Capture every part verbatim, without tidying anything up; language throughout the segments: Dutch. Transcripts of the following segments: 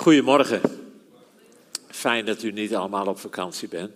Goedemorgen. Fijn dat u niet allemaal op vakantie bent.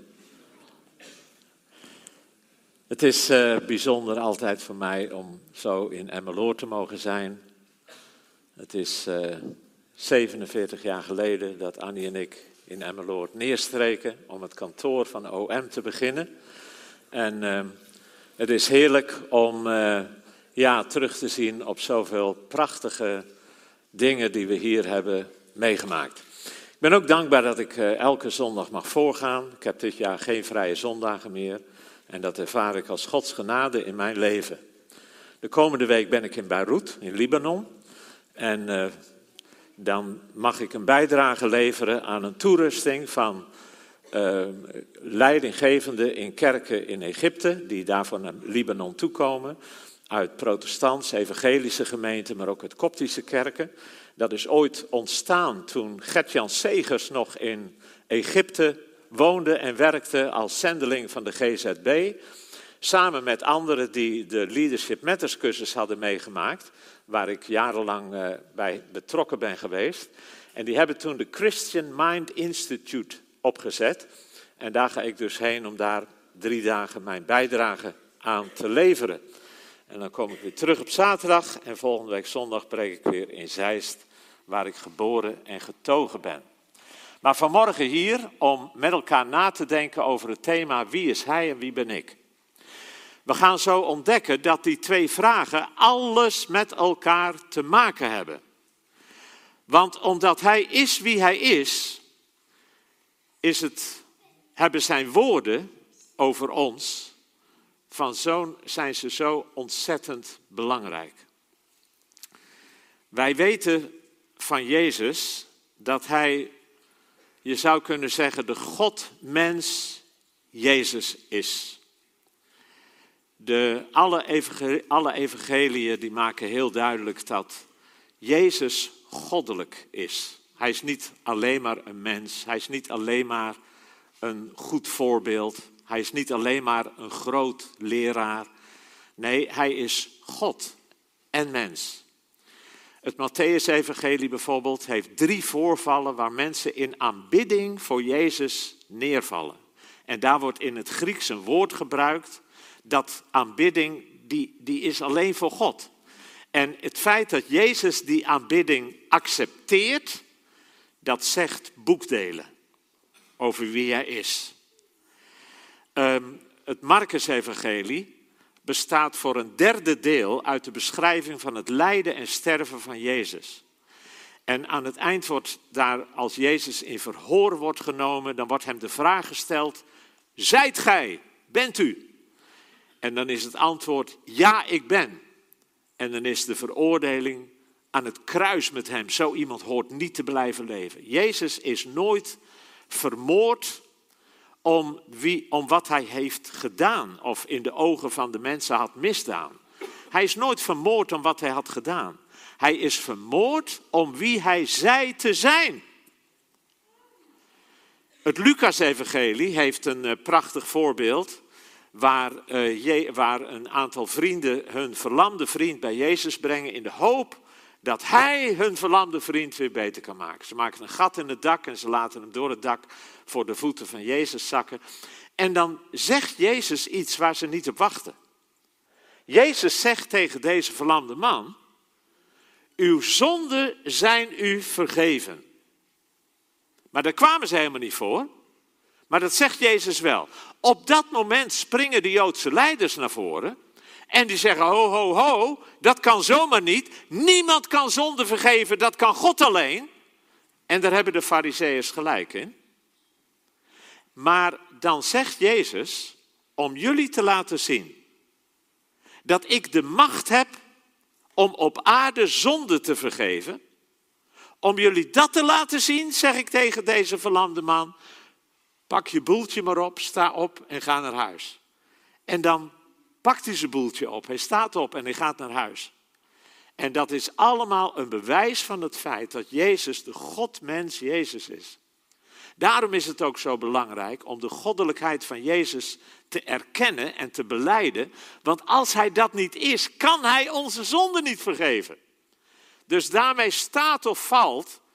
Het is uh, bijzonder altijd voor mij om zo in Emmeloord te mogen zijn. Het is uh, zevenenveertig jaar geleden dat Annie en ik in Emmeloord neerstreken om het kantoor van O M te beginnen. En uh, het is heerlijk om uh, ja, terug te zien op zoveel prachtige dingen die we hier hebben meegemaakt. Ik ben ook dankbaar dat ik uh, elke zondag mag voorgaan. Ik heb dit jaar geen vrije zondagen meer. En dat ervaar ik als Gods genade in mijn leven. De komende week ben ik in Beirut, in Libanon. En uh, dan mag ik een bijdrage leveren aan een toerusting van uh, leidinggevenden in kerken in Egypte, die daarvoor naar Libanon toekomen. Uit protestants, evangelische gemeenten, maar ook uit koptische kerken. Dat is ooit ontstaan toen Gert-Jan Segers nog in Egypte woonde en werkte als zendeling van de G Z B. Samen met anderen die de Leadership Matters cursus hadden meegemaakt. Waar ik jarenlang uh, bij betrokken ben geweest. En die hebben toen de Christian Mind Institute opgezet. En daar ga ik dus heen om daar drie dagen mijn bijdrage aan te leveren. En dan kom ik weer terug op zaterdag en volgende week zondag preek ik weer in Zeist, waar ik geboren en getogen ben. Maar vanmorgen hier om met elkaar na te denken over het thema wie is hij en wie ben ik. We gaan zo ontdekken dat die twee vragen alles met elkaar te maken hebben. Want omdat hij is wie hij is, is het, hebben zijn woorden over ons van zo'n zijn ze zo ontzettend belangrijk. Wij weten van Jezus dat hij, je zou kunnen zeggen, de God-mens Jezus is. De, alle, evangel, alle evangeliën die maken heel duidelijk dat Jezus goddelijk is. Hij is niet alleen maar een mens, hij is niet alleen maar een goed voorbeeld. Hij is niet alleen maar een groot leraar. Nee, hij is God en mens. Het Mattheüs-evangelie bijvoorbeeld heeft drie voorvallen waar mensen in aanbidding voor Jezus neervallen. En daar wordt in het Grieks een woord gebruikt, dat aanbidding, die, die is alleen voor God. En het feit dat Jezus die aanbidding accepteert, dat zegt boekdelen over wie hij is. Um, het Marcus-evangelie bestaat voor een derde deel uit de beschrijving van het lijden en sterven van Jezus. En aan het eind wordt daar, als Jezus in verhoor wordt genomen, dan wordt hem de vraag gesteld, zijt gij, bent u? En dan is het antwoord, ja ik ben. En dan is de veroordeling aan het kruis met hem. Zo iemand hoort niet te blijven leven. Jezus is nooit vermoord Om, wie, om wat hij heeft gedaan of in de ogen van de mensen had misdaan. Hij is nooit vermoord om wat hij had gedaan. Hij is vermoord om wie hij zei te zijn. Het Lucas-evangelie heeft een uh, prachtig voorbeeld waar, uh, je, waar een aantal vrienden hun verlamde vriend bij Jezus brengen in de hoop dat hij hun verlamde vriend weer beter kan maken. Ze maken een gat in het dak en ze laten hem door het dak voor de voeten van Jezus zakken. En dan zegt Jezus iets waar ze niet op wachten. Jezus zegt tegen deze verlamde man, uw zonden zijn u vergeven. Maar daar kwamen ze helemaal niet voor. Maar dat zegt Jezus wel. Op dat moment springen de Joodse leiders naar voren. En die zeggen, ho, ho, ho, dat kan zomaar niet. Niemand kan zonde vergeven, dat kan God alleen. En daar hebben de Farizeeërs gelijk in. Maar dan zegt Jezus, om jullie te laten zien dat ik de macht heb om op aarde zonde te vergeven. Om jullie dat te laten zien, zeg ik tegen deze verlamde man, pak je boeltje maar op, sta op en ga naar huis. En dan pakt hij zijn boeltje op, hij staat op en hij gaat naar huis. En dat is allemaal een bewijs van het feit dat Jezus de God-mens Jezus is. Daarom is het ook zo belangrijk om de goddelijkheid van Jezus te erkennen en te belijden. Want als hij dat niet is, kan hij onze zonde niet vergeven. Dus daarmee staat of valt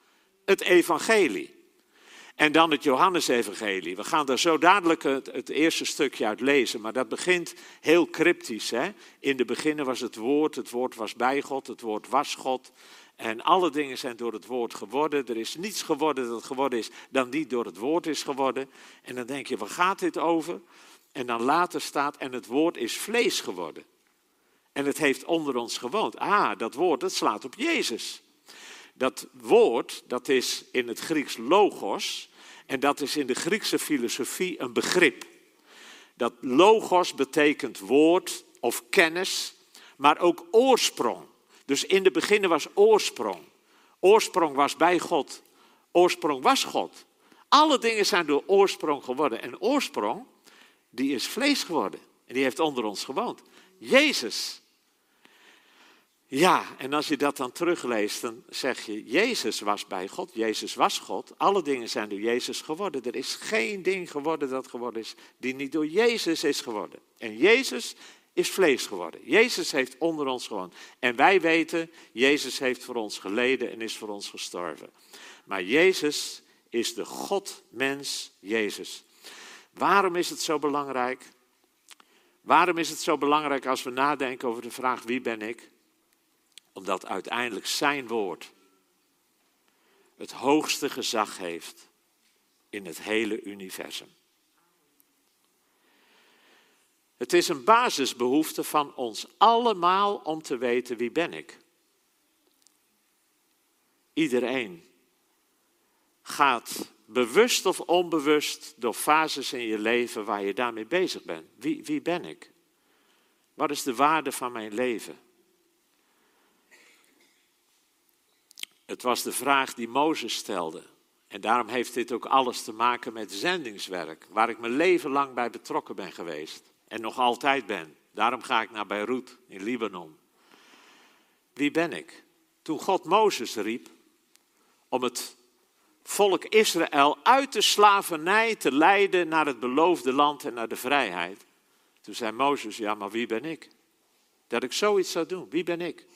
het evangelie. En dan het Johannesevangelie. We gaan daar zo dadelijk het, het eerste stukje uit lezen. Maar dat begint heel cryptisch. Hè? In de beginnen was het woord. Het woord was bij God. Het woord was God. En alle dingen zijn door het woord geworden. Er is niets geworden dat geworden is dan niet door het woord is geworden. En dan denk je, waar gaat dit over? En dan later staat, en het woord is vlees geworden. En het heeft onder ons gewoond. Ah, dat woord, dat slaat op Jezus. Dat woord, dat is in het Grieks logos. En dat is in de Griekse filosofie een begrip. Dat logos betekent woord of kennis, maar ook oorsprong. Dus in de beginnen was oorsprong. Oorsprong was bij God. Oorsprong was God. Alle dingen zijn door oorsprong geworden. En oorsprong, die is vlees geworden. En die heeft onder ons gewoond. Jezus. Ja, en als je dat dan terugleest, dan zeg je, Jezus was bij God. Jezus was God. Alle dingen zijn door Jezus geworden. Er is geen ding geworden dat geworden is, die niet door Jezus is geworden. En Jezus is vlees geworden. Jezus heeft onder ons gewoond. En wij weten, Jezus heeft voor ons geleden en is voor ons gestorven. Maar Jezus is de God-mens Jezus. Waarom is het zo belangrijk? Waarom is het zo belangrijk als we nadenken over de vraag, wie ben ik? Omdat uiteindelijk zijn woord het hoogste gezag heeft in het hele universum. Het is een basisbehoefte van ons allemaal om te weten, wie ben ik? Iedereen gaat bewust of onbewust door fases in je leven waar je daarmee bezig bent. Wie, wie ben ik? Wat is de waarde van mijn leven? Het was de vraag die Mozes stelde. En daarom heeft dit ook alles te maken met zendingswerk, waar ik mijn leven lang bij betrokken ben geweest. En nog altijd ben. Daarom ga ik naar Beirut in Libanon. Wie ben ik? Toen God Mozes riep om het volk Israël uit de slavernij te leiden naar het beloofde land en naar de vrijheid. Toen zei Mozes, ja, maar wie ben ik? Dat ik zoiets zou doen, wie ben ik?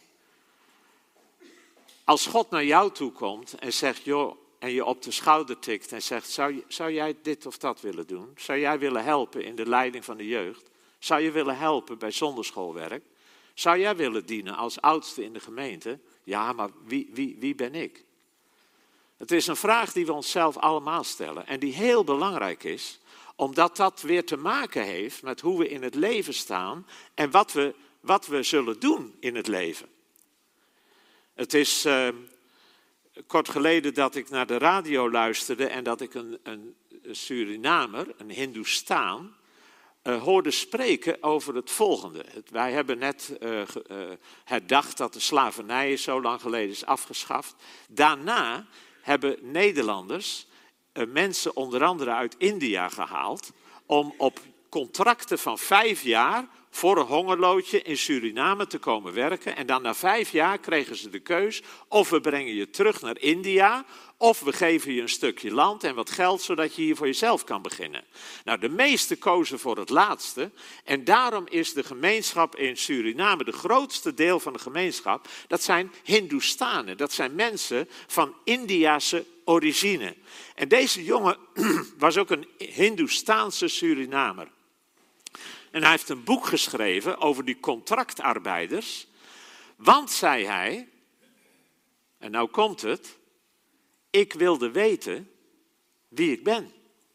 Als God naar jou toe komt en zegt, joh, en je op de schouder tikt en zegt, zou, zou jij dit of dat willen doen? Zou jij willen helpen in de leiding van de jeugd? Zou je willen helpen bij zonderschoolwerk? Zou jij willen dienen als oudste in de gemeente? Ja, maar wie, wie, wie ben ik? Het is een vraag die we onszelf allemaal stellen en die heel belangrijk is, omdat dat weer te maken heeft met hoe we in het leven staan en wat we, wat we zullen doen in het leven. Het is uh, kort geleden dat ik naar de radio luisterde en dat ik een, een Surinamer, een Hindoestaan, uh, hoorde spreken over het volgende. Het, wij hebben net uh, uh, herdacht dat de slavernij zo lang geleden is afgeschaft. Daarna hebben Nederlanders uh, mensen onder andere uit India gehaald om op contracten van vijf jaar voor een hongerloodje in Suriname te komen werken. En dan na vijf jaar kregen ze de keus, of we brengen je terug naar India, of we geven je een stukje land en wat geld, zodat je hier voor jezelf kan beginnen. Nou, de meesten kozen voor het laatste. En daarom is de gemeenschap in Suriname, de grootste deel van de gemeenschap, dat zijn Hindoestanen. Dat zijn mensen van Indiase origine. En deze jongen was ook een Hindoestaanse Surinamer. En hij heeft een boek geschreven over die contractarbeiders. Want, zei hij, en nou komt het, ik wilde weten wie ik ben.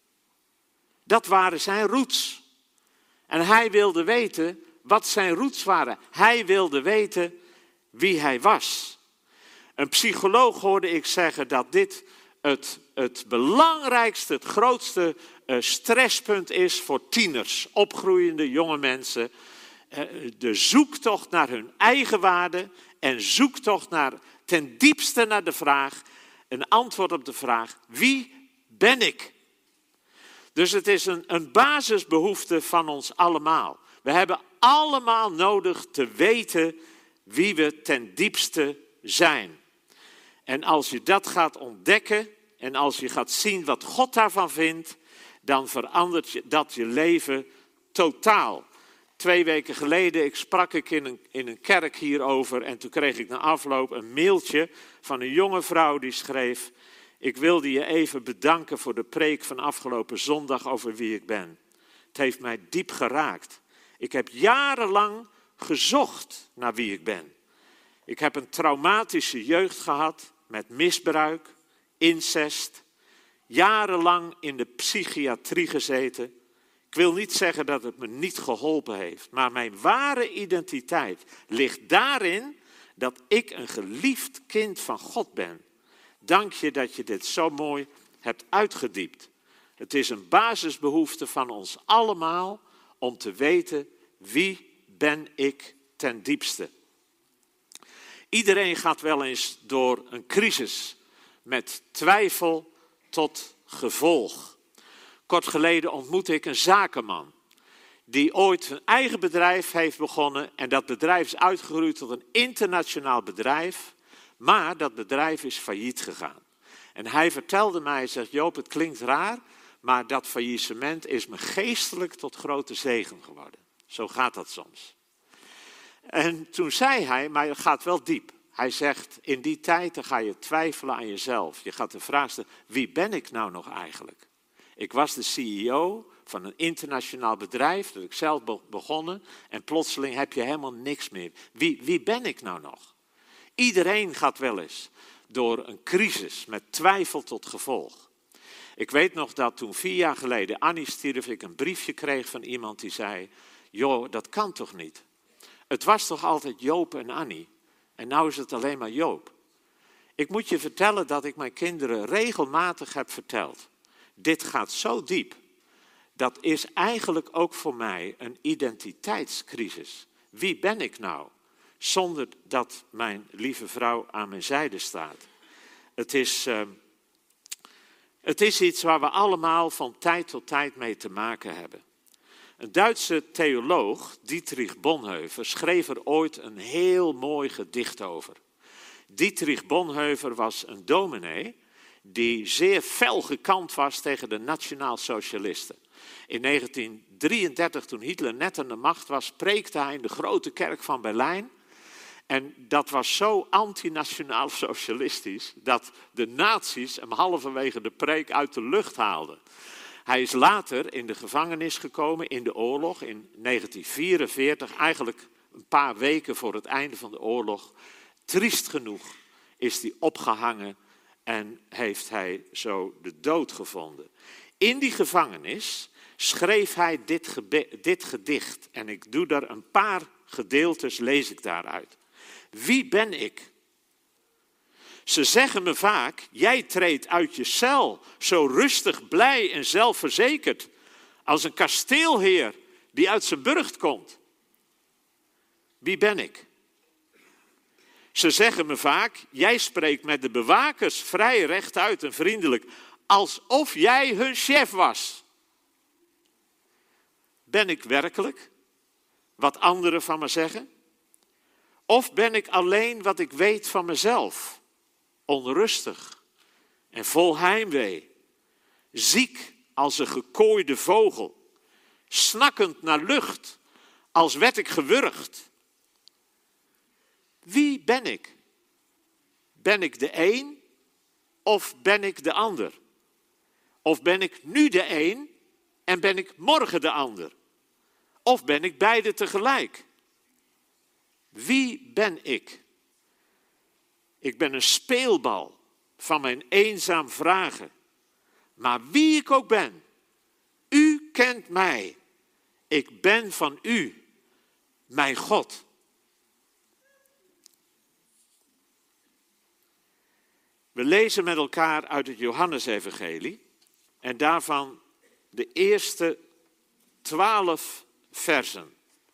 Dat waren zijn roots. En hij wilde weten wat zijn roots waren. Hij wilde weten wie hij was. Een psycholoog hoorde ik zeggen dat dit het, het belangrijkste, het grootste uh, stresspunt is voor tieners, opgroeiende jonge mensen. Uh, de zoektocht naar hun eigen waarde en zoektocht naar, ten diepste naar de vraag, een antwoord op de vraag, wie ben ik? Dus het is een, een basisbehoefte van ons allemaal. We hebben allemaal nodig te weten wie we ten diepste zijn. En als je dat gaat ontdekken en als je gaat zien wat God daarvan vindt, dan verandert je, dat je leven totaal. Twee weken geleden ik sprak ik in een, in een kerk hierover en toen kreeg ik na afloop een mailtje van een jonge vrouw die schreef, Ik wilde je even bedanken voor de preek van afgelopen zondag over wie ik ben. Het heeft mij diep geraakt. Ik heb jarenlang gezocht naar wie ik ben. Ik heb een traumatische jeugd gehad met misbruik, incest. Jarenlang in de psychiatrie gezeten. Ik wil niet zeggen dat het me niet geholpen heeft. Maar mijn ware identiteit ligt daarin dat ik een geliefd kind van God ben. Dank je dat je dit zo mooi hebt uitgediept. Het is een basisbehoefte van ons allemaal om te weten wie ben ik ten diepste. Iedereen gaat wel eens door een crisis met twijfel tot gevolg. Kort geleden ontmoette ik een zakenman die ooit een eigen bedrijf heeft begonnen en dat bedrijf is uitgegroeid tot een internationaal bedrijf, maar dat bedrijf is failliet gegaan. En hij vertelde mij, hij zegt, Joop, het klinkt raar, maar dat faillissement is me geestelijk tot grote zegen geworden. Zo gaat dat soms. En toen zei hij, maar het gaat wel diep. Hij zegt, in die tijd dan ga je twijfelen aan jezelf. Je gaat de vraag stellen, wie ben ik nou nog eigenlijk? Ik was de C E O van een internationaal bedrijf, dat ik zelf begonnen. En plotseling heb je helemaal niks meer. Wie, wie ben ik nou nog? Iedereen gaat wel eens door een crisis met twijfel tot gevolg. Ik weet nog dat toen vier jaar geleden Annie stierf, ik een briefje kreeg van iemand die zei, joh, dat kan toch niet? Het was toch altijd Joop en Annie? En nou is het alleen maar Joop. Ik moet je vertellen dat ik mijn kinderen regelmatig heb verteld. Dit gaat zo diep. Dat is eigenlijk ook voor mij een identiteitscrisis. Wie ben ik nou? Zonder dat mijn lieve vrouw aan mijn zijde staat. Het is, uh, het is iets waar we allemaal van tijd tot tijd mee te maken hebben. Een Duitse theoloog, Dietrich Bonhoeffer, schreef er ooit een heel mooi gedicht over. Dietrich Bonhoeffer was een dominee die zeer fel gekant was tegen de nationaal-socialisten. In negentien drieëndertig, toen Hitler net aan de macht was, preekte hij in de grote kerk van Berlijn. En dat was zo antinationaal-socialistisch dat de nazi's hem halverwege de preek uit de lucht haalden. Hij is later in de gevangenis gekomen in de oorlog in negentien vierenveertig, eigenlijk een paar weken voor het einde van de oorlog. Triest genoeg is hij opgehangen en heeft hij zo de dood gevonden. In die gevangenis schreef hij dit, gebe- dit gedicht en ik doe daar een paar gedeeltes, lees ik daaruit. Wie ben ik? Ze zeggen me vaak, jij treedt uit je cel, zo rustig, blij en zelfverzekerd, als een kasteelheer die uit zijn burcht komt. Wie ben ik? Ze zeggen me vaak, jij spreekt met de bewakers vrij rechtuit en vriendelijk, alsof jij hun chef was. Ben ik werkelijk wat anderen van me zeggen? Of ben ik alleen wat ik weet van mezelf? Onrustig en vol heimwee, ziek als een gekooide vogel, snakkend naar lucht, als werd ik gewurgd. Wie ben ik? Ben ik de een of ben ik de ander? Of ben ik nu de een en ben ik morgen de ander? Of ben ik beide tegelijk? Wie ben ik? Ik ben een speelbal van mijn eenzaam vragen. Maar wie ik ook ben, u kent mij. Ik ben van u, mijn God. We lezen met elkaar uit het Johannesevangelie en daarvan de eerste twaalf versen.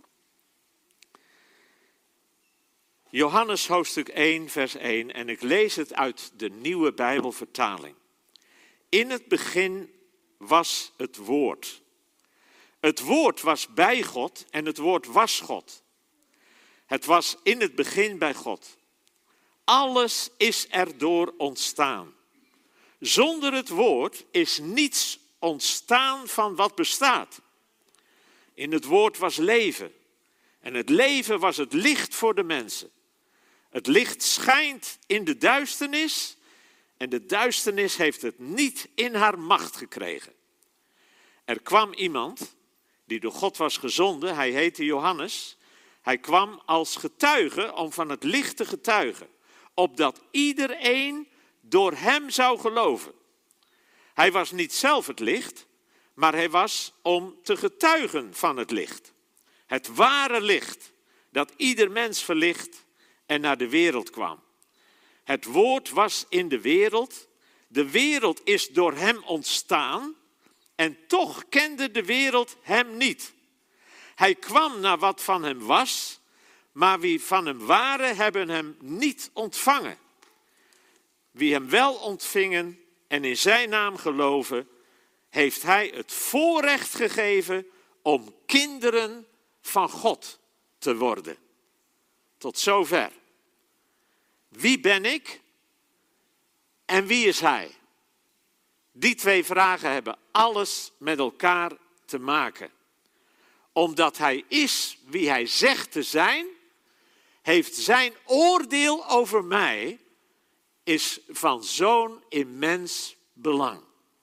Johannes hoofdstuk één, vers één, en ik lees het uit de nieuwe Bijbelvertaling. In het begin was het woord. Het woord was bij God en het woord was God. Het was in het begin bij God. Alles is erdoor ontstaan. Zonder het woord is niets ontstaan van wat bestaat. In het woord was leven. En het leven was het licht voor de mensen. Het licht schijnt in de duisternis en de duisternis heeft het niet in haar macht gekregen. Er kwam iemand die door God was gezonden, hij heette Johannes. Hij kwam als getuige om van het licht te getuigen, opdat iedereen door hem zou geloven. Hij was niet zelf het licht, maar hij was om te getuigen van het licht. Het ware licht dat ieder mens verlicht en naar de wereld kwam. Het woord was in de wereld, de wereld is door hem ontstaan en toch kende de wereld hem niet. Hij kwam naar wat van hem was, maar wie van hem waren hebben hem niet ontvangen. Wie hem wel ontvingen en in zijn naam geloven, heeft hij het voorrecht gegeven om kinderen van God te worden. Tot zover. Wie ben ik en wie is hij? Die twee vragen hebben alles met elkaar te maken. Omdat hij is wie hij zegt te zijn, heeft zijn oordeel over mij is van zo'n immens belang.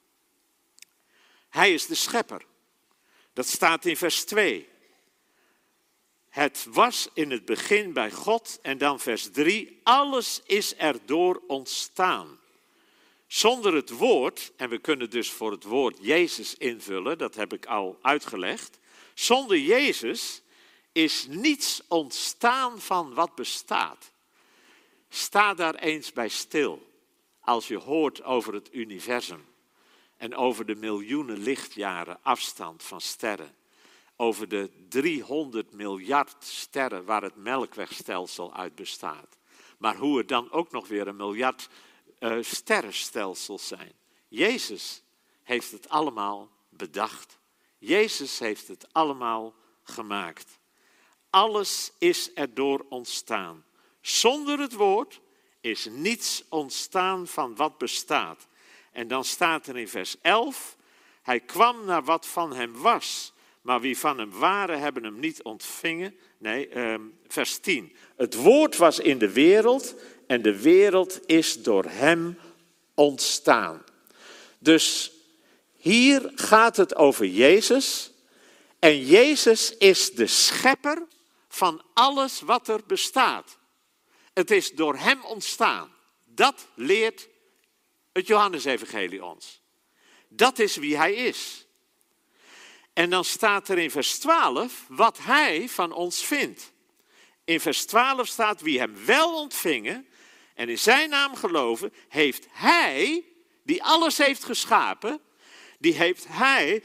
Hij is de schepper. Dat staat in vers twee. Het was in het begin bij God en dan vers drie. Alles is erdoor ontstaan. Zonder het woord, en we kunnen dus voor het woord Jezus invullen, dat heb ik al uitgelegd. Zonder Jezus is niets ontstaan van wat bestaat. Sta daar eens bij stil als je hoort over het universum en over de miljoenen lichtjaren afstand van sterren. Over de driehonderd miljard sterren waar het Melkwegstelsel uit bestaat. Maar hoe er dan ook nog weer een miljard uh, sterrenstelsels zijn. Jezus heeft het allemaal bedacht. Jezus heeft het allemaal gemaakt. Alles is erdoor ontstaan. Zonder het woord is niets ontstaan van wat bestaat. En dan staat er in vers elf. Hij kwam naar wat van hem was. Maar wie van hem waren, hebben hem niet ontvingen. Nee, um, vers tien. Het woord was in de wereld en de wereld is door hem ontstaan. Dus hier gaat het over Jezus. En Jezus is de schepper van alles wat er bestaat. Het is door hem ontstaan. Dat leert het Johannesevangelie ons. Dat is wie hij is. En dan staat er in vers twaalf wat hij van ons vindt. In vers twaalf staat wie hem wel ontvingen en in zijn naam geloven, heeft hij, die alles heeft geschapen, die heeft hij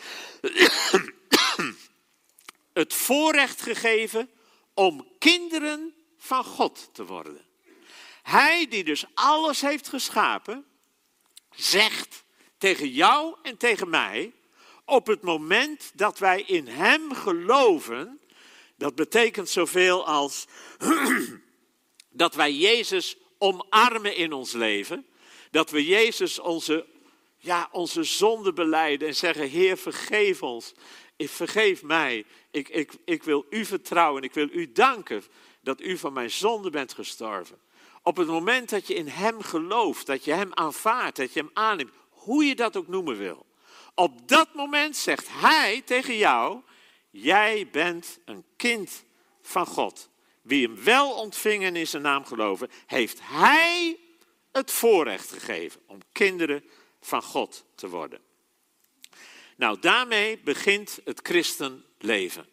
het voorrecht gegeven om kinderen van God te worden. Hij die dus alles heeft geschapen, zegt tegen jou en tegen mij, op het moment dat wij in hem geloven, dat betekent zoveel als dat wij Jezus omarmen in ons leven, dat we Jezus onze, ja, onze zonde belijden en zeggen, Heer, vergeef ons, vergeef mij, ik, ik, ik wil u vertrouwen, ik wil u danken dat u van mijn zonde bent gestorven. Op het moment dat je in hem gelooft, dat je hem aanvaardt, dat je hem aanneemt, hoe je dat ook noemen wil. Op dat moment zegt hij tegen jou, jij bent een kind van God. Wie hem wel ontvingen en in zijn naam geloven, heeft hij het voorrecht gegeven om kinderen van God te worden. Nou, daarmee begint het christenleven.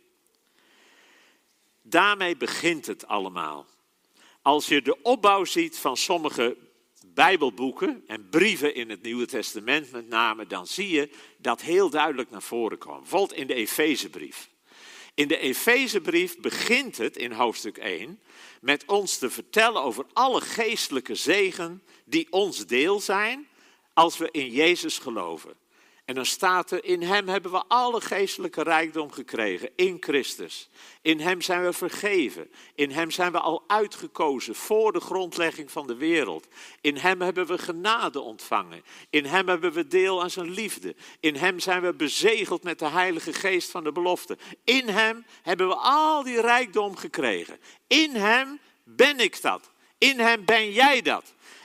Daarmee begint het allemaal. Als je de opbouw ziet van sommige Bijbelboeken en brieven in het Nieuwe Testament met name, dan zie je dat heel duidelijk naar voren komt. Bijvoorbeeld in de Efezebrief. In de Efezebrief begint het in hoofdstuk één met ons te vertellen over alle geestelijke zegen die ons deel zijn als we in Jezus geloven. En dan staat er, in hem hebben we alle geestelijke rijkdom gekregen, in Christus. In hem zijn we vergeven. In hem zijn we al uitgekozen voor de grondlegging van de wereld. In hem hebben we genade ontvangen. In hem hebben we deel aan zijn liefde. In hem zijn we bezegeld met de Heilige Geest van de belofte. In hem hebben we al die rijkdom gekregen. In hem ben ik dat. In hem ben jij dat.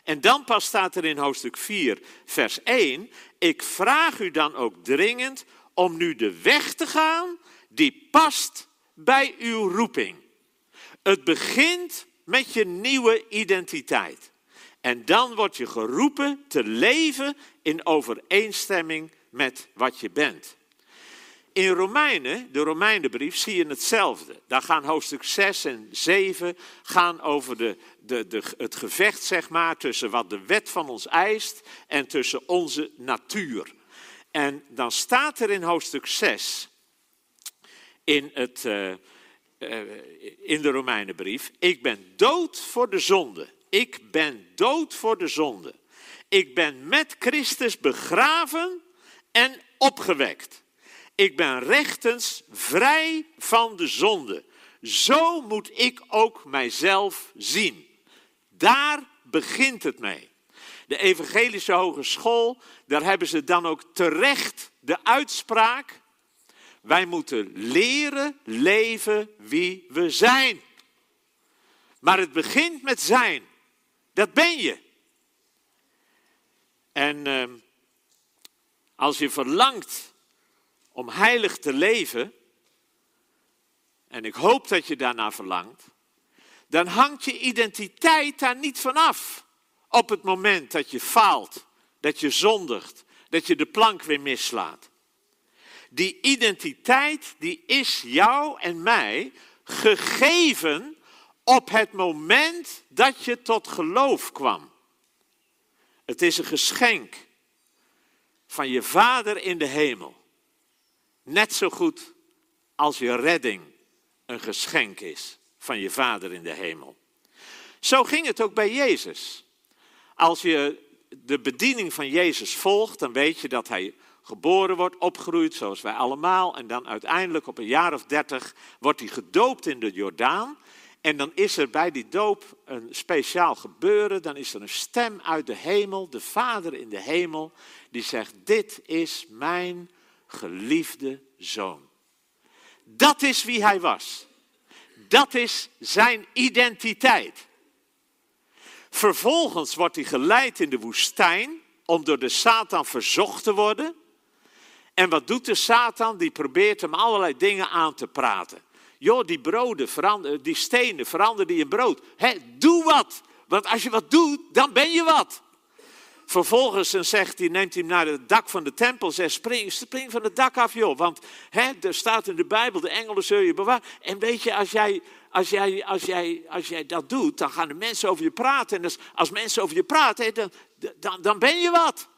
En dan pas staat er in hoofdstuk vier, vers één. Ik vraag u dan ook dringend om nu de weg te gaan die past bij uw roeping. Het begint met je nieuwe identiteit. En dan word je geroepen te leven in overeenstemming met wat je bent. In Romeinen, de Romeinenbrief, zie je hetzelfde. Daar gaan hoofdstuk zes en zeven gaan over de, de, de, het gevecht, zeg maar, tussen wat de wet van ons eist en tussen onze natuur. En dan staat er in hoofdstuk zes, in, het, uh, uh, in de Romeinenbrief, ik ben dood voor de zonde. Ik ben dood voor de zonde. Ik ben met Christus begraven en opgewekt. Ik ben rechtens vrij van de zonde. Zo moet ik ook mijzelf zien. Daar begint het mee. De Evangelische Hogeschool, daar hebben ze dan ook terecht de uitspraak. Wij moeten leren leven wie we zijn. Maar het begint met zijn. Dat ben je. En uh, als je verlangt om heilig te leven, en ik hoop dat je daarna verlangt, dan hangt je identiteit daar niet van af. Op het moment dat je faalt, dat je zondigt, dat je de plank weer mislaat. Die identiteit, die is jou en mij gegeven op het moment dat je tot geloof kwam. Het is een geschenk van je Vader in de hemel. Net zo goed als je redding een geschenk is van je Vader in de hemel. Zo ging het ook bij Jezus. Als je de bediening van Jezus volgt, dan weet je dat hij geboren wordt, opgroeit zoals wij allemaal. En dan uiteindelijk op een jaar of dertig wordt hij gedoopt in de Jordaan. En dan is er bij die doop een speciaal gebeuren. Dan is er een stem uit de hemel, de Vader in de hemel, die zegt: dit is mijn geliefde zoon. Dat is wie hij was. Dat is zijn identiteit. Vervolgens wordt hij geleid in de woestijn om door de Satan verzocht te worden. En wat doet de Satan? Die probeert hem allerlei dingen aan te praten. Joh, die broden, verander, die stenen, verander die in brood. He, doe wat, want als je wat doet, dan ben je wat. Vervolgens dan zegt hij, neemt hij hem naar het dak van de tempel en zegt: spring, spring van het dak af, joh. Want he, er staat in de Bijbel, de engelen zul je bewaren. En weet je, als jij, als, jij, als, jij, als jij dat doet, dan gaan de mensen over je praten. En als, als mensen over je praten, dan, dan, dan ben je wat.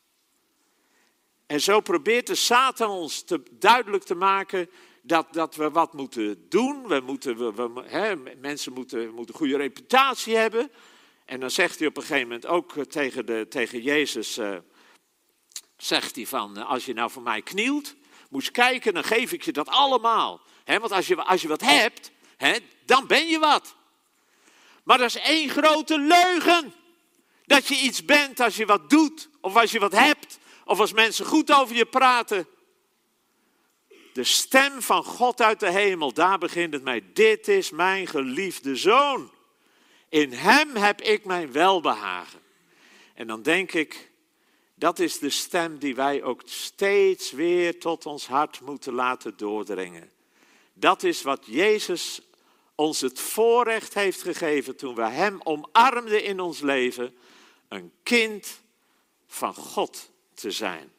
En zo probeert de Satan ons te, duidelijk te maken dat, dat we wat moeten doen. We moeten, we, we, he, mensen moeten, moeten een goede reputatie hebben. En dan zegt hij op een gegeven moment ook tegen, de, tegen Jezus, uh, zegt hij van, uh, als je nou voor mij knielt, moet je kijken, dan geef ik je dat allemaal. He, want als je, als je wat hebt, he, dan ben je wat. Maar dat is één grote leugen. Dat je iets bent als je wat doet, of als je wat hebt, of als mensen goed over je praten. De stem van God uit de hemel, daar begint het mee. Dit is mijn geliefde zoon. In hem heb ik mijn welbehagen. En dan denk ik, dat is de stem die wij ook steeds weer tot ons hart moeten laten doordringen. Dat is wat Jezus ons het voorrecht heeft gegeven toen we hem omarmden in ons leven. Een kind van God te zijn.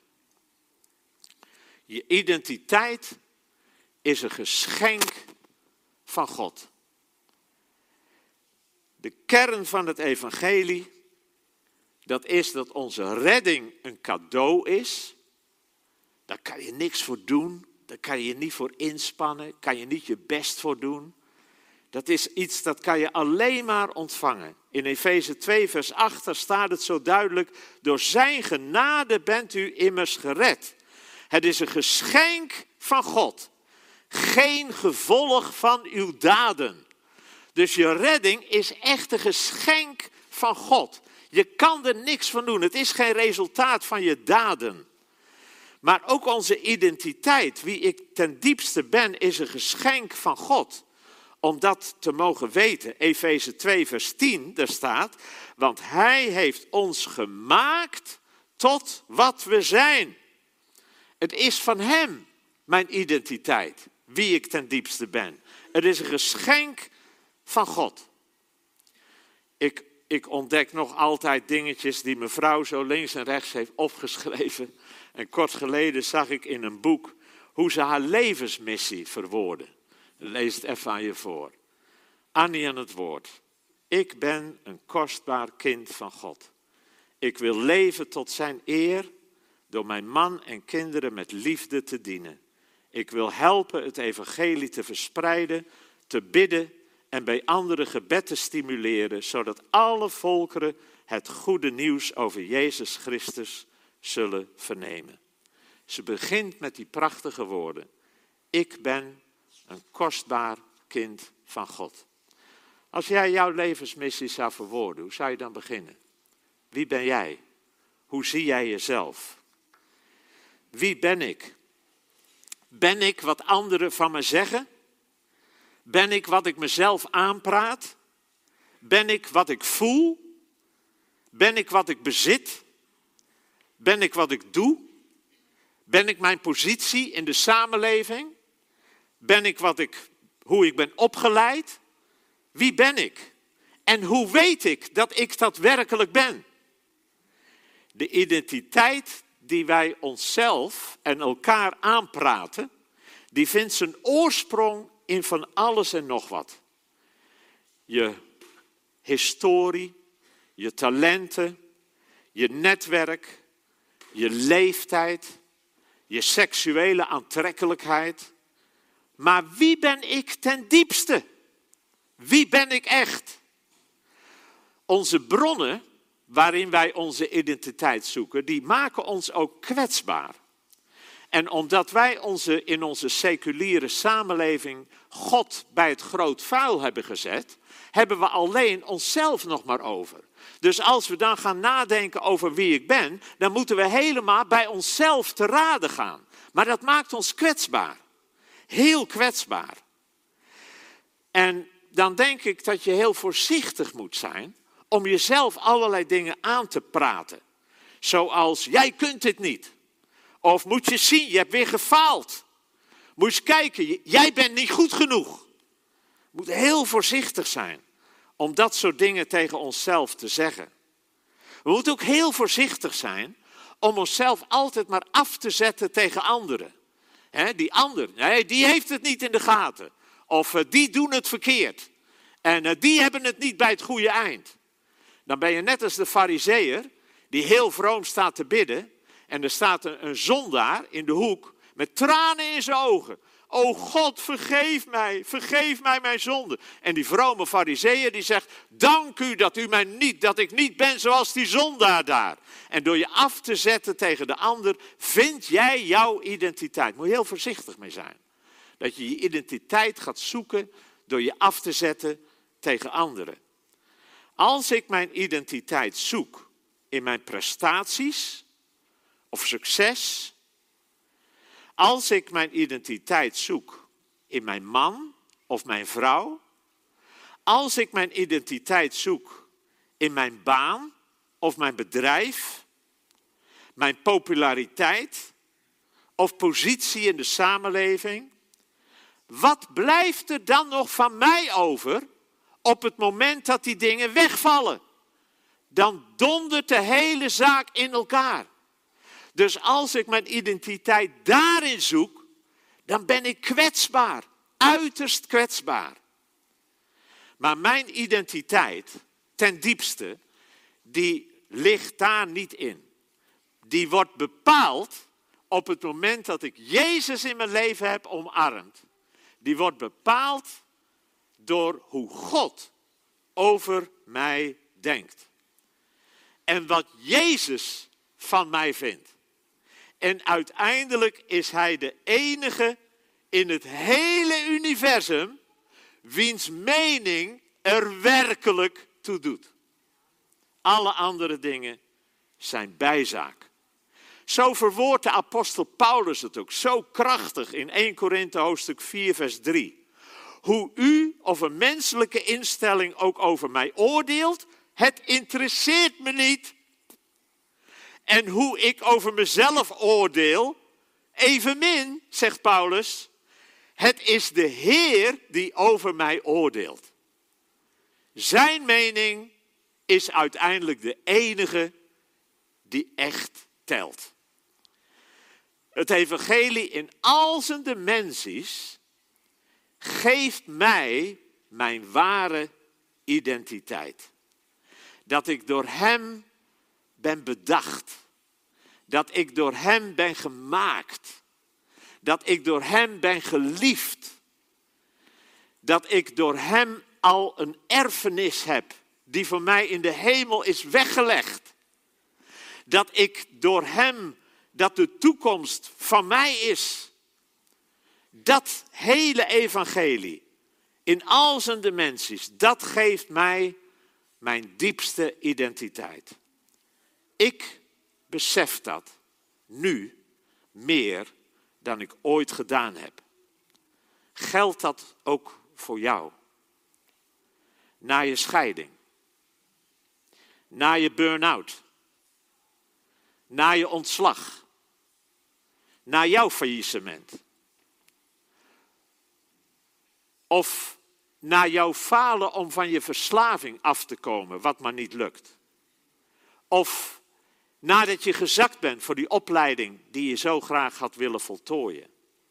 Je identiteit is een geschenk van God. De kern van het evangelie, dat is dat onze redding een cadeau is. Daar kan je niks voor doen, daar kan je je niet voor inspannen, kan je niet je best voor doen. Dat is iets dat kan je alleen maar ontvangen. In Efeze twee vers acht daar staat het zo duidelijk: door zijn genade bent u immers gered. Het is een geschenk van God, geen gevolg van uw daden. Dus je redding is echt een geschenk van God. Je kan er niks van doen. Het is geen resultaat van je daden. Maar ook onze identiteit, wie ik ten diepste ben, is een geschenk van God. om dat te mogen weten. Efeze twee vers tien, daar staat, want hij heeft ons gemaakt tot wat we zijn. Het is van hem, mijn identiteit, wie ik ten diepste ben. Het is een geschenk van God. Ik, ik ontdek nog altijd dingetjes die mevrouw zo links en rechts heeft opgeschreven. En kort geleden zag ik in een boek hoe ze haar levensmissie verwoordde. Lees het even aan je voor. Annie aan het woord. Ik ben een kostbaar kind van God. Ik wil leven tot zijn eer door mijn man en kinderen met liefde te dienen. Ik wil helpen het evangelie te verspreiden, te bidden en bij anderen gebed te stimuleren, zodat alle volkeren het goede nieuws over Jezus Christus zullen vernemen. Ze begint met die prachtige woorden. Ik ben een kostbaar kind van God. Als jij jouw levensmissie zou verwoorden, hoe zou je dan beginnen? Wie ben jij? Hoe zie jij jezelf? Wie ben ik? Ben ik wat anderen van me zeggen? Ben ik wat ik mezelf aanpraat? Ben ik wat ik voel? Ben ik wat ik bezit? Ben ik wat ik doe? Ben ik mijn positie in de samenleving? Ben ik wat ik, hoe ik ben opgeleid? Wie ben ik? En hoe weet ik dat ik dat werkelijk ben? De identiteit die wij onszelf en elkaar aanpraten, die vindt zijn oorsprong in van alles en nog wat. Je historie, je talenten, je netwerk, je leeftijd, je seksuele aantrekkelijkheid. Maar wie ben ik ten diepste? Wie ben ik echt? Onze bronnen, waarin wij onze identiteit zoeken, die maken ons ook kwetsbaar. En omdat wij onze, in onze seculiere samenleving God bij het groot vuil hebben gezet, hebben we alleen onszelf nog maar over. Dus als we dan gaan nadenken over wie ik ben, dan moeten we helemaal bij onszelf te raden gaan. Maar dat maakt ons kwetsbaar. Heel kwetsbaar. En dan denk ik dat je heel voorzichtig moet zijn om jezelf allerlei dingen aan te praten. Zoals, jij kunt dit niet. Of moet je zien, je hebt weer gefaald. Moet je eens kijken, jij bent niet goed genoeg. We moeten heel voorzichtig zijn om dat soort dingen tegen onszelf te zeggen. We moeten ook heel voorzichtig zijn om onszelf altijd maar af te zetten tegen anderen. He, die ander, nee, die heeft het niet in de gaten. Of uh, die doen het verkeerd. En uh, die hebben het niet bij het goede eind. Dan ben je net als de farizeeër die heel vroom staat te bidden. En er staat een, een zondaar in de hoek met tranen in zijn ogen. O God, vergeef mij, vergeef mij mijn zonde. En die vrome farizeeër die zegt, dank u dat u mij niet, dat ik niet ben zoals die zondaar daar. En door je af te zetten tegen de ander, vind jij jouw identiteit. Moet je heel voorzichtig mee zijn. Dat je je identiteit gaat zoeken door je af te zetten tegen anderen. Als ik mijn identiteit zoek in mijn prestaties of succes. Als ik mijn identiteit zoek in mijn man of mijn vrouw. Als ik mijn identiteit zoek in mijn baan of mijn bedrijf. Mijn populariteit of positie in de samenleving. Wat blijft er dan nog van mij over op het moment dat die dingen wegvallen? Dan dondert de hele zaak in elkaar. Dus als ik mijn identiteit daarin zoek, dan ben ik kwetsbaar, uiterst kwetsbaar. Maar mijn identiteit, ten diepste, die ligt daar niet in. Die wordt bepaald op het moment dat ik Jezus in mijn leven heb omarmd. Die wordt bepaald door hoe God over mij denkt. En wat Jezus van mij vindt. En uiteindelijk is hij de enige in het hele universum wiens mening er werkelijk toe doet. Alle andere dingen zijn bijzaak. Zo verwoordt de apostel Paulus het ook zo krachtig in eerste Korinthe hoofdstuk vier vers drie. Hoe u of een menselijke instelling ook over mij oordeelt, het interesseert me niet. En hoe ik over mezelf oordeel, evenmin, zegt Paulus, het is de Heer die over mij oordeelt. Zijn mening is uiteindelijk de enige die echt telt. Het evangelie in al zijn dimensies geeft mij mijn ware identiteit. Dat ik door hem ben bedacht. Dat ik door hem ben gemaakt. Dat ik door hem ben geliefd. Dat ik door hem al een erfenis heb die voor mij in de hemel is weggelegd. Dat ik door hem, dat de toekomst van mij is. Dat hele evangelie, in al zijn dimensies, dat geeft mij mijn diepste identiteit. Ik besef dat nu meer dan ik ooit gedaan heb. Geldt dat ook voor jou? Na je scheiding, na je burn-out, na je ontslag, na jouw faillissement. Of na jouw falen om van je verslaving af te komen, wat maar niet lukt. Of nadat je gezakt bent voor die opleiding die je zo graag had willen voltooien.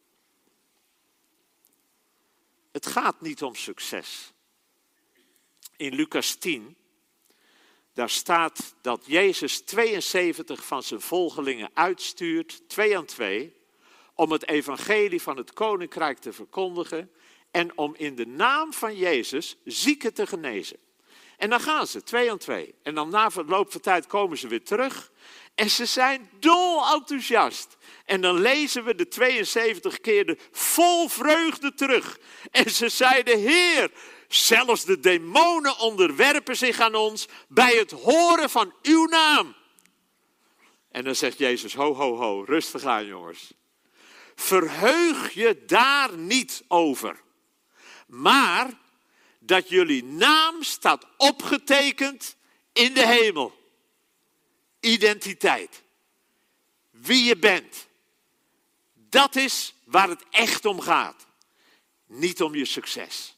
Het gaat niet om succes. In Lucas tien, daar staat dat Jezus tweeënzeventig van zijn volgelingen uitstuurt, twee aan twee, om het evangelie van het koninkrijk te verkondigen en om in de naam van Jezus zieken te genezen. En dan gaan ze, twee aan twee. En dan na verloop van tijd komen ze weer terug. En ze zijn dol enthousiast. En dan lezen we de tweeënzeventig keer de vol vreugde terug. En ze zeiden, Heer, zelfs de demonen onderwerpen zich aan ons bij het horen van uw naam. En dan zegt Jezus, ho, ho, ho, rustig aan jongens. Verheug je daar niet over. Maar dat jullie naam staat opgetekend in de hemel. Identiteit. Wie je bent. Dat is waar het echt om gaat. Niet om je succes.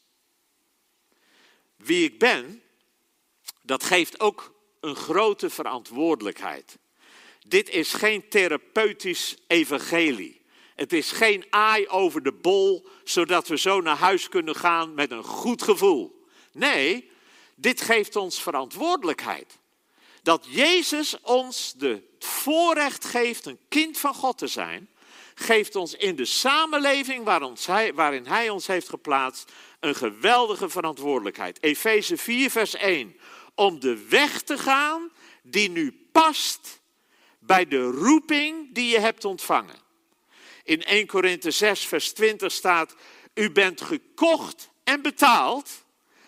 Wie ik ben, dat geeft ook een grote verantwoordelijkheid. Dit is geen therapeutisch evangelie. Het is geen aai over de bol, zodat we zo naar huis kunnen gaan met een goed gevoel. Nee, dit geeft ons verantwoordelijkheid. Dat Jezus ons de voorrecht geeft een kind van God te zijn, geeft ons in de samenleving waarin hij ons heeft geplaatst een geweldige verantwoordelijkheid. Efeze vier vers één. Om de weg te gaan die nu past bij de roeping die je hebt ontvangen. In eerste Korinthe zes vers twintig staat, u bent gekocht en betaald.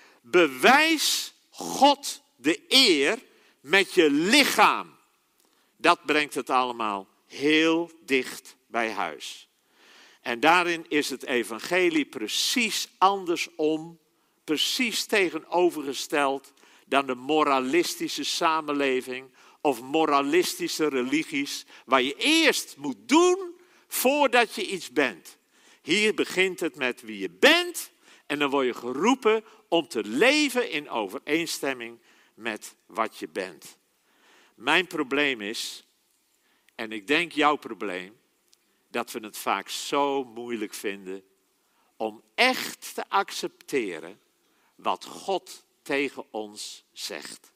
Bewijs God de eer met je lichaam. Dat brengt het allemaal heel dicht bij huis. En daarin is het evangelie precies andersom, precies tegenovergesteld dan de moralistische samenleving of moralistische religies, waar je eerst moet doen voordat je iets bent. Hier begint het met wie je bent en dan word je geroepen om te leven in overeenstemming met wat je bent. Mijn probleem is, en ik denk jouw probleem, dat we het vaak zo moeilijk vinden om echt te accepteren wat God tegen ons zegt.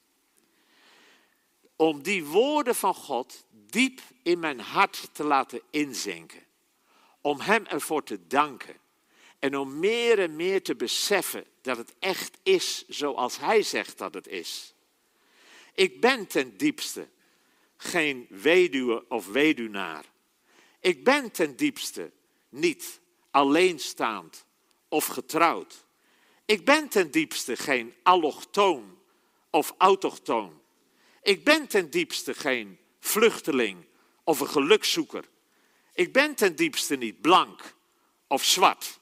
Om die woorden van God diep in mijn hart te laten inzinken. Om hem ervoor te danken. En om meer en meer te beseffen dat het echt is zoals hij zegt dat het is. Ik ben ten diepste geen weduwe of weduwnaar. Ik ben ten diepste niet alleenstaand of getrouwd. Ik ben ten diepste geen allochtoon of autochtoon. Ik ben ten diepste geen vluchteling of een gelukzoeker. Ik ben ten diepste niet blank of zwart.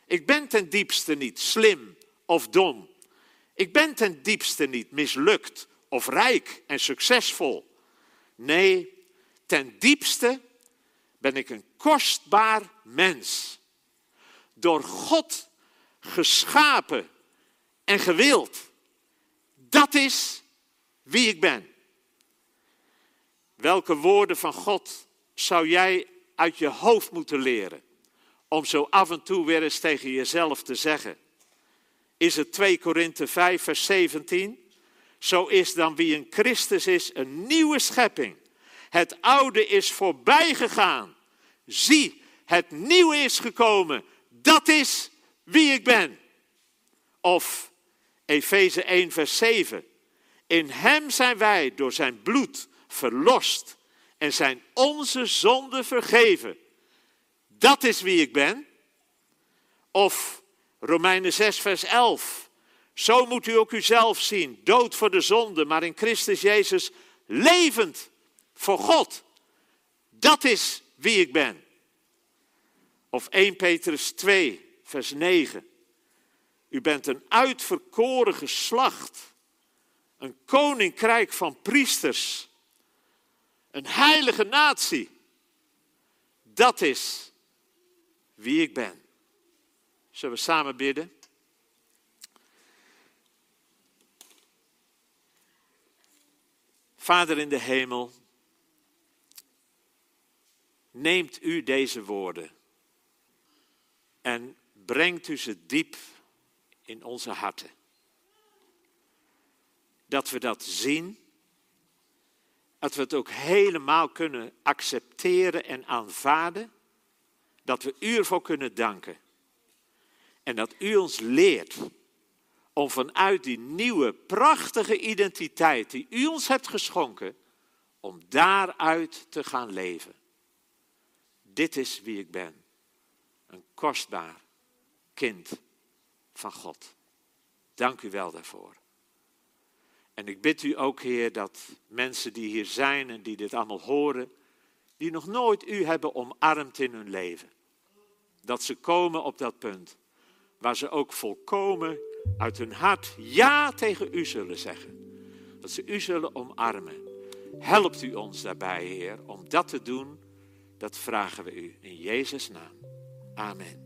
Ik ben ten diepste niet slim of dom. Ik ben ten diepste niet mislukt of rijk en succesvol. Nee, ten diepste ben ik een kostbaar mens. Door God geschapen en gewild. Dat is wie ik ben. Welke woorden van God zou jij uit je hoofd moeten leren? Om zo af en toe weer eens tegen jezelf te zeggen. Is het twee Korinthe vijf vers zeventien? Zo is dan wie in Christus is een nieuwe schepping. Het oude is voorbij gegaan. Zie, het nieuwe is gekomen. Dat is wie ik ben. Of Efeze één vers zeven. In hem zijn wij door zijn bloed verlost en zijn onze zonden vergeven. Dat is wie ik ben. Of Romeinen zes vers elf. Zo moet u ook uzelf zien, dood voor de zonde, maar in Christus Jezus levend voor God. Dat is wie ik ben. Of eerste Petrus twee vers negen. U bent een uitverkoren geslacht, een koninkrijk van priesters, een heilige natie. Dat is wie ik ben. Zullen we samen bidden? Vader in de hemel, neemt u deze woorden en brengt u ze diep in onze harten. Dat we dat zien, dat we het ook helemaal kunnen accepteren en aanvaarden, dat we u ervoor kunnen danken. En dat u ons leert om vanuit die nieuwe, prachtige identiteit die u ons hebt geschonken, om daaruit te gaan leven. Dit is wie ik ben. Een kostbaar kind van God. Dank u wel daarvoor. En ik bid u ook, Heer, dat mensen die hier zijn en die dit allemaal horen, die nog nooit u hebben omarmd in hun leven, dat ze komen op dat punt waar ze ook volkomen uit hun hart ja tegen u zullen zeggen. Dat ze u zullen omarmen. Helpt u ons daarbij, Heer, om dat te doen. Dat vragen we u in Jezus' naam. Amen.